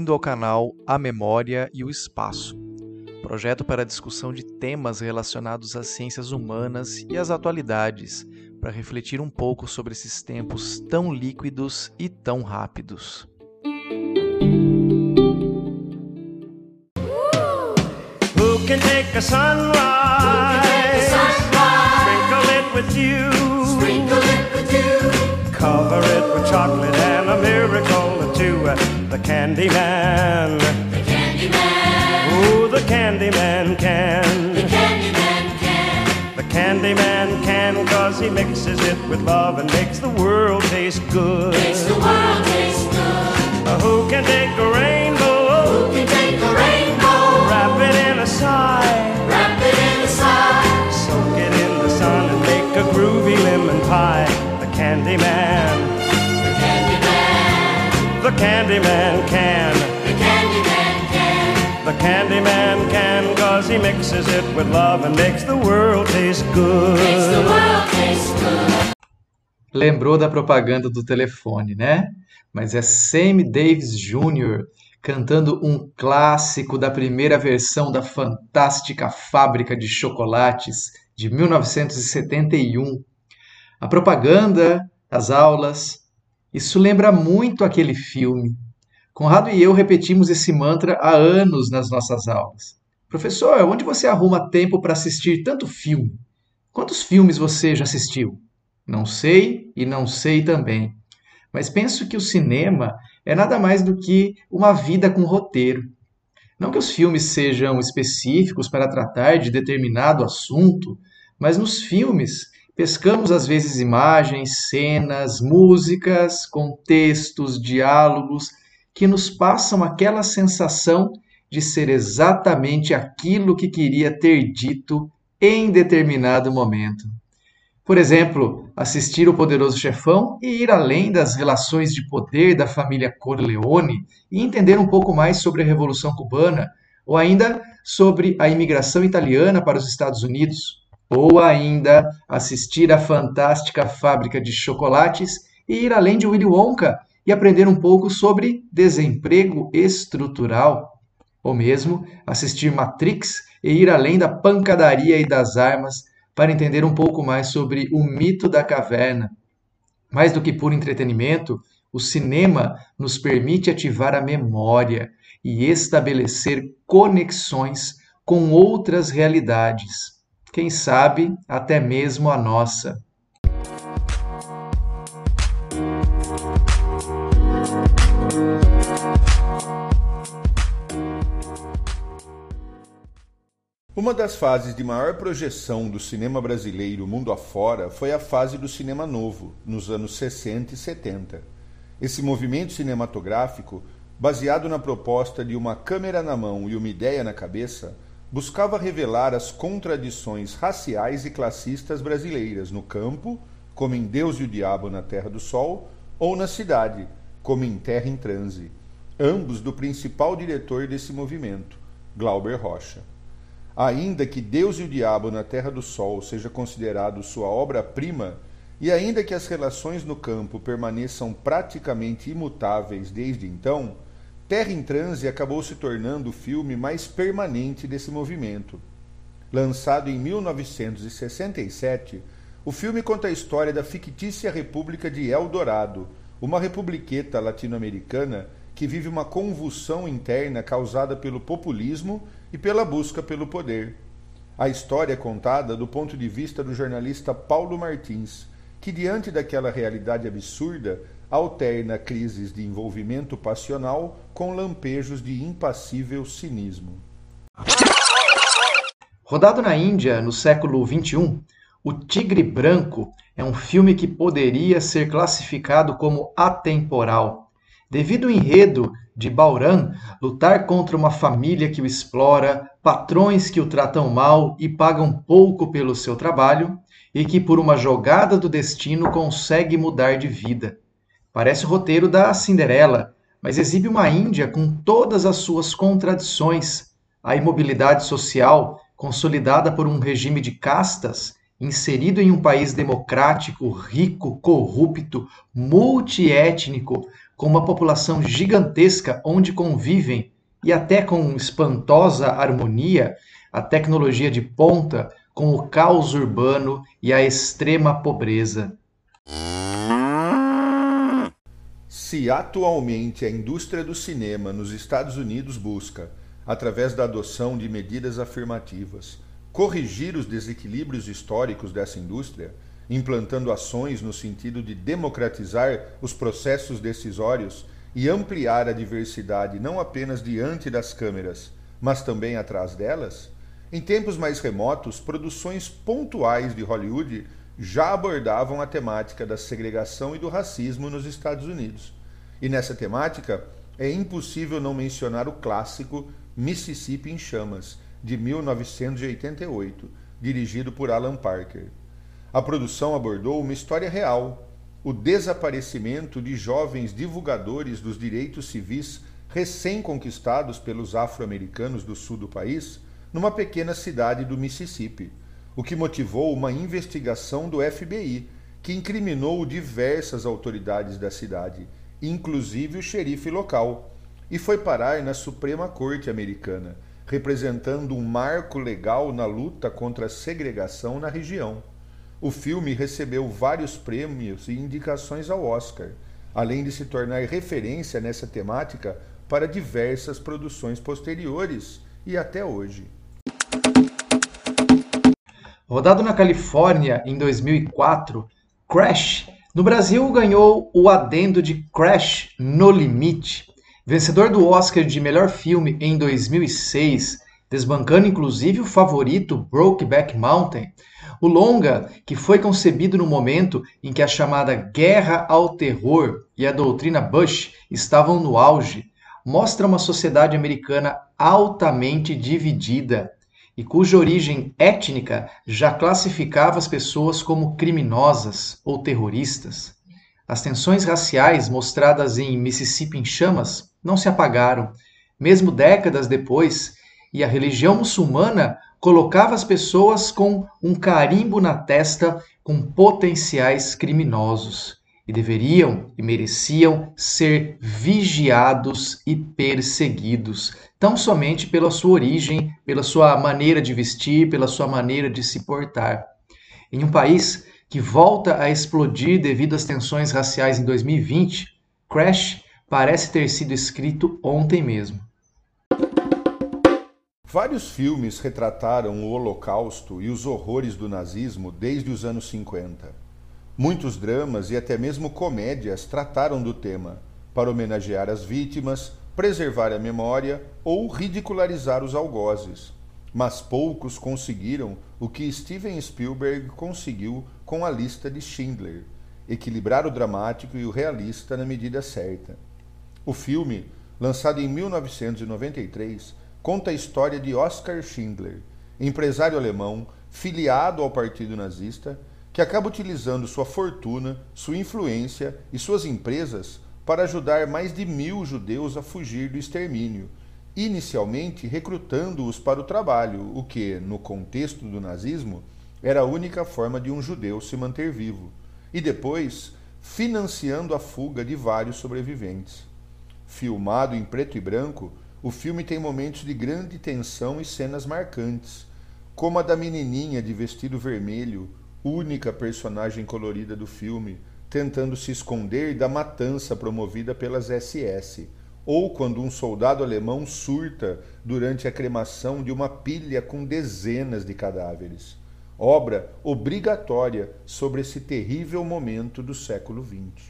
Bem-vindo ao canal A Memória e o Espaço, projeto para a discussão de temas relacionados às ciências humanas e às atualidades, para refletir um pouco sobre esses tempos tão líquidos e tão rápidos. Who can take a sunrise, sprinkle it with dew, cover it with chocolate and a miracle or two. The Candyman, ooh, the Candyman can. The Candyman can, 'cause he mixes it with love and makes the world taste good. Who can take a rainbow, wrap it in a sigh, soak it in the sun and make a groovy lemon pie. The Candyman, the Candyman can. The Candyman can, 'cause he mixes it with love and makes the world taste good. Lembrou da propaganda do telefone, né? Mas é Sammy Davis Jr. cantando um clássico da primeira versão da Fantástica Fábrica de Chocolates, de 1971. A propaganda, as aulas, isso lembra muito aquele filme. Conrado e eu repetimos esse mantra há anos nas nossas aulas. Professor, onde você arruma tempo para assistir tanto filme? Quantos filmes você já assistiu? Não sei e não sei também. Mas penso que o cinema é nada mais do que uma vida com roteiro. Não que os filmes sejam específicos para tratar de determinado assunto, mas nos filmes pescamos às vezes imagens, cenas, músicas, contextos, diálogos que nos passam aquela sensação de ser exatamente aquilo que queria ter dito em determinado momento. Por exemplo, assistir O Poderoso Chefão e ir além das relações de poder da família Corleone e entender um pouco mais sobre a Revolução Cubana, ou ainda sobre a imigração italiana para os Estados Unidos, ou ainda assistir a Fantástica Fábrica de Chocolates e ir além de Willy Wonka e aprender um pouco sobre desemprego estrutural, ou mesmo assistir Matrix e ir além da pancadaria e das armas para entender um pouco mais sobre o mito da caverna. Mais do que puro entretenimento, o cinema nos permite ativar a memória e estabelecer conexões com outras realidades, quem sabe até mesmo a nossa. Uma das fases de maior projeção do cinema brasileiro mundo afora foi a fase do cinema novo, nos anos 60 e 70. Esse movimento cinematográfico, baseado na proposta de uma câmera na mão e uma ideia na cabeça, buscava revelar as contradições raciais e classistas brasileiras no campo, como em Deus e o Diabo na Terra do Sol, ou na cidade, como em Terra em Transe, ambos do principal diretor desse movimento, Glauber Rocha. Ainda que Deus e o Diabo na Terra do Sol seja considerado sua obra-prima, e ainda que as relações no campo permaneçam praticamente imutáveis desde então, Terra em Transe acabou se tornando o filme mais permanente desse movimento. Lançado em 1967, o filme conta a história da fictícia República de El Dorado, uma republiqueta latino-americana que vive uma convulsão interna causada pelo populismo e pela busca pelo poder. A história é contada do ponto de vista do jornalista Paulo Martins, que diante daquela realidade absurda, alterna crises de envolvimento passional com lampejos de impassível cinismo. Rodado na Índia no século XXI, O Tigre Branco é um filme que poderia ser classificado como atemporal. Devido ao enredo de Bauran lutar contra uma família que o explora, patrões que o tratam mal e pagam pouco pelo seu trabalho, e que por uma jogada do destino consegue mudar de vida. Parece o roteiro da Cinderela, mas exibe uma Índia com todas as suas contradições, a imobilidade social consolidada por um regime de castas inserido em um país democrático, rico, corrupto, multiétnico, com uma população gigantesca onde convivem, e até com espantosa harmonia, a tecnologia de ponta com o caos urbano e a extrema pobreza. Se atualmente a indústria do cinema nos Estados Unidos busca, através da adoção de medidas afirmativas, corrigir os desequilíbrios históricos dessa indústria, implantando ações no sentido de democratizar os processos decisórios e ampliar a diversidade não apenas diante das câmeras, mas também atrás delas, em tempos mais remotos, produções pontuais de Hollywood já abordavam a temática da segregação e do racismo nos Estados Unidos. E nessa temática, é impossível não mencionar o clássico Mississippi em Chamas, de 1988, dirigido por Alan Parker. A produção abordou uma história real, o desaparecimento de jovens divulgadores dos direitos civis recém-conquistados pelos afro-americanos do sul do país, numa pequena cidade do Mississippi, o que motivou uma investigação do FBI, que incriminou diversas autoridades da cidade, inclusive o xerife local, e foi parar na Suprema Corte americana, representando um marco legal na luta contra a segregação na região. O filme recebeu vários prêmios e indicações ao Oscar, além de se tornar referência nessa temática para diversas produções posteriores e até hoje. Rodado na Califórnia em 2004, Crash, no Brasil ganhou o adendo de Crash No Limite, vencedor do Oscar de melhor filme em 2006, desbancando inclusive o favorito Brokeback Mountain. O longa, que foi concebido no momento em que a chamada Guerra ao Terror e a doutrina Bush estavam no auge, mostra uma sociedade americana altamente dividida e cuja origem étnica já classificava as pessoas como criminosas ou terroristas. As tensões raciais mostradas em Mississippi em Chamas não se apagaram, mesmo décadas depois, e a religião muçulmana colocava as pessoas com um carimbo na testa com potenciais criminosos, e deveriam e mereciam ser vigiados e perseguidos, tão somente pela sua origem, pela sua maneira de vestir, pela sua maneira de se portar. Em um país que volta a explodir devido às tensões raciais em 2020, Crash parece ter sido escrito ontem mesmo. Vários filmes retrataram o Holocausto e os horrores do nazismo desde os anos 50. Muitos dramas e até mesmo comédias trataram do tema, para homenagear as vítimas, preservar a memória ou ridicularizar os algozes. Mas poucos conseguiram o que Steven Spielberg conseguiu com A Lista de Schindler, equilibrar o dramático e o realista na medida certa. O filme, lançado em 1993, conta a história de Oskar Schindler, empresário alemão filiado ao Partido Nazista, que acaba utilizando sua fortuna, sua influência e suas empresas para ajudar mais de 1.000 judeus a fugir do extermínio, inicialmente recrutando-os para o trabalho, o que, no contexto do nazismo, era a única forma de um judeu se manter vivo, e depois financiando a fuga de vários sobreviventes. Filmado em preto e branco, o filme tem momentos de grande tensão e cenas marcantes, como a da menininha de vestido vermelho, única personagem colorida do filme, tentando se esconder da matança promovida pelas SS, ou quando um soldado alemão surta durante a cremação de uma pilha com dezenas de cadáveres. Obra obrigatória sobre esse terrível momento do século XX.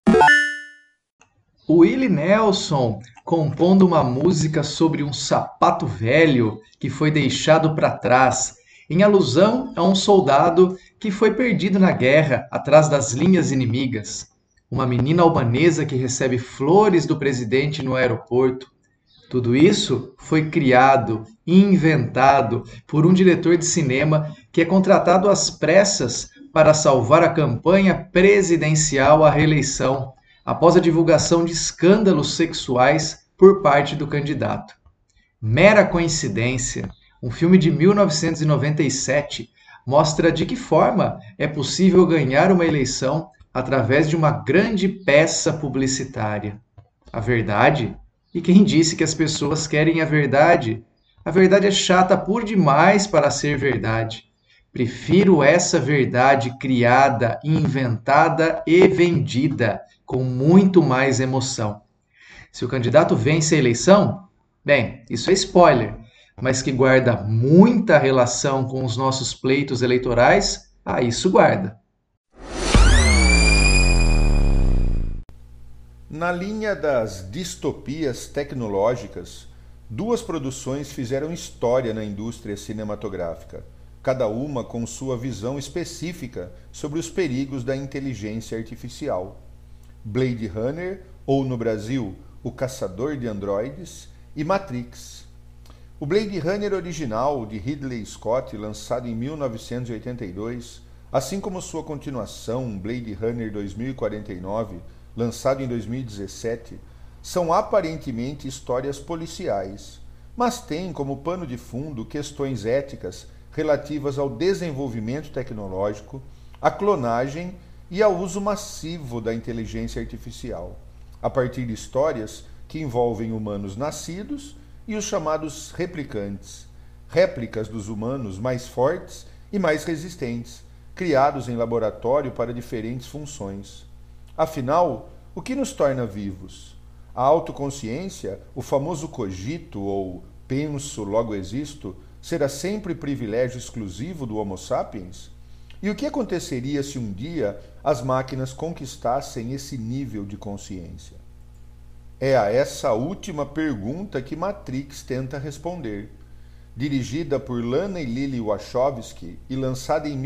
Willie Nelson compondo uma música sobre um sapato velho que foi deixado para trás, em alusão a um soldado que foi perdido na guerra atrás das linhas inimigas, uma menina albanesa que recebe flores do presidente no aeroporto. Tudo isso foi criado e inventado por um diretor de cinema que é contratado às pressas para salvar a campanha presidencial à reeleição, após a divulgação de escândalos sexuais por parte do candidato. Mera coincidência, um filme de 1997 mostra de que forma é possível ganhar uma eleição através de uma grande peça publicitária. A verdade? E quem disse que as pessoas querem a verdade? A verdade é chata por demais para ser verdade. Prefiro essa verdade criada, inventada e vendida com muito mais emoção. Se o candidato vence a eleição, bem, isso é spoiler, mas que guarda muita relação com os nossos pleitos eleitorais, isso guarda. Na linha das distopias tecnológicas, duas produções fizeram história na indústria cinematográfica, cada uma com sua visão específica sobre os perigos da inteligência artificial. Blade Runner, ou no Brasil, O Caçador de Androides, e Matrix. O Blade Runner original, de Ridley Scott, lançado em 1982, assim como sua continuação, Blade Runner 2049, lançado em 2017, são aparentemente histórias policiais, mas têm como pano de fundo questões éticas relativas ao desenvolvimento tecnológico, à clonagem e ao uso massivo da inteligência artificial, a partir de histórias que envolvem humanos nascidos e os chamados replicantes, réplicas dos humanos mais fortes e mais resistentes, criados em laboratório para diferentes funções. Afinal, o que nos torna vivos? A autoconsciência, o famoso cogito ou penso, logo existo, será sempre privilégio exclusivo do Homo sapiens? E o que aconteceria se um dia as máquinas conquistassem esse nível de consciência? É a essa última pergunta que Matrix tenta responder. Dirigida por Lana e Lily Wachowski e lançada em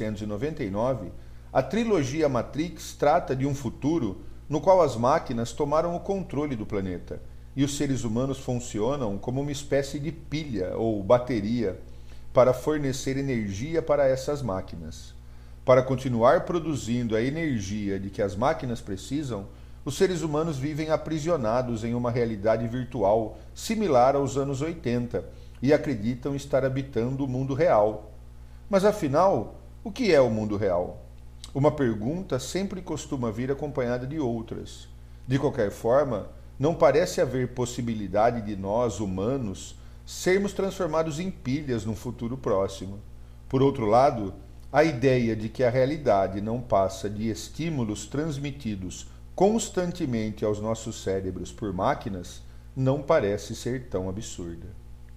1999, a trilogia Matrix trata de um futuro no qual as máquinas tomaram o controle do planeta e os seres humanos funcionam como uma espécie de pilha ou bateria para fornecer energia para essas máquinas. Para continuar produzindo a energia de que as máquinas precisam, os seres humanos vivem aprisionados em uma realidade virtual similar aos anos 80 e acreditam estar habitando o mundo real. Mas afinal, o que é o mundo real? Uma pergunta sempre costuma vir acompanhada de outras. De qualquer forma, não parece haver possibilidade de nós, humanos, sermos transformados em pilhas num futuro próximo. Por outro lado, a ideia de que a realidade não passa de estímulos transmitidos constantemente aos nossos cérebros por máquinas não parece ser tão absurda.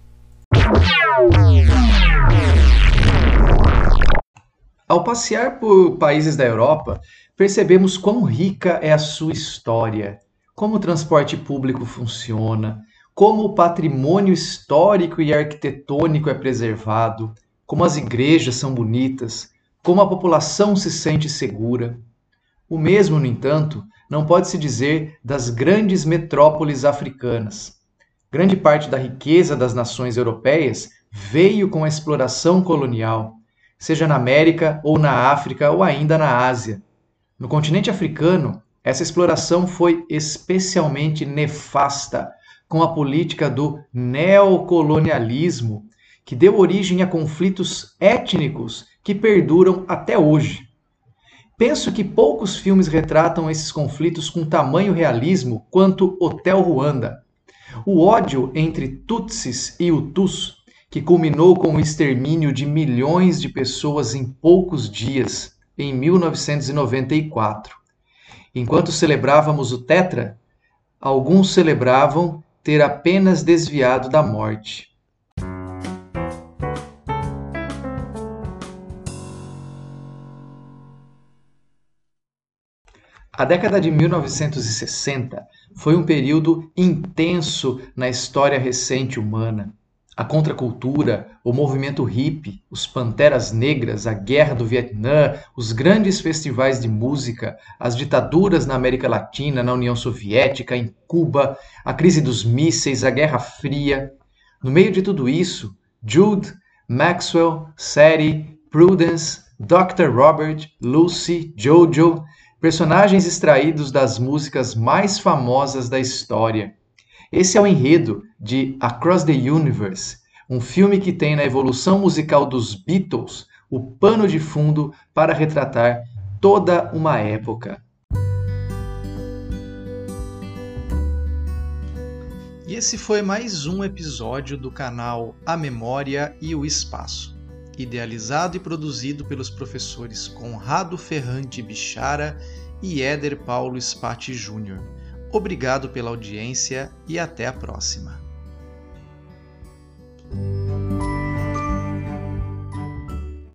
Ao passear por países da Europa, percebemos quão rica é a sua história, como o transporte público funciona, como o patrimônio histórico e arquitetônico é preservado, como as igrejas são bonitas, como a população se sente segura. O mesmo, no entanto, não pode se dizer das grandes metrópoles africanas. Grande parte da riqueza das nações europeias veio com a exploração colonial, seja na América ou na África ou ainda na Ásia. No continente africano, essa exploração foi especialmente nefasta com a política do neocolonialismo, que deu origem a conflitos étnicos que perduram até hoje. Penso que poucos filmes retratam esses conflitos com tamanho realismo quanto Hotel Ruanda. O ódio entre Tutsis e Hutus, que culminou com o extermínio de milhões de pessoas em poucos dias, em 1994. Enquanto celebrávamos o Tetra, alguns celebravam ter apenas desviado da morte. A década de 1960 foi um período intenso na história recente humana. A contracultura, o movimento hippie, os Panteras Negras, a Guerra do Vietnã, os grandes festivais de música, as ditaduras na América Latina, na União Soviética, em Cuba, a crise dos mísseis, a Guerra Fria. No meio de tudo isso, Jude, Maxwell, Sadie, Prudence, Dr. Robert, Lucy, Jojo, personagens extraídos das músicas mais famosas da história. Esse é o enredo de Across the Universe, um filme que tem na evolução musical dos Beatles o pano de fundo para retratar toda uma época. E esse foi mais um episódio do canal A Memória e o Espaço, idealizado e produzido pelos professores Conrado Ferrante Bichara e Éder Paulo Spati Júnior. Obrigado pela audiência e até a próxima.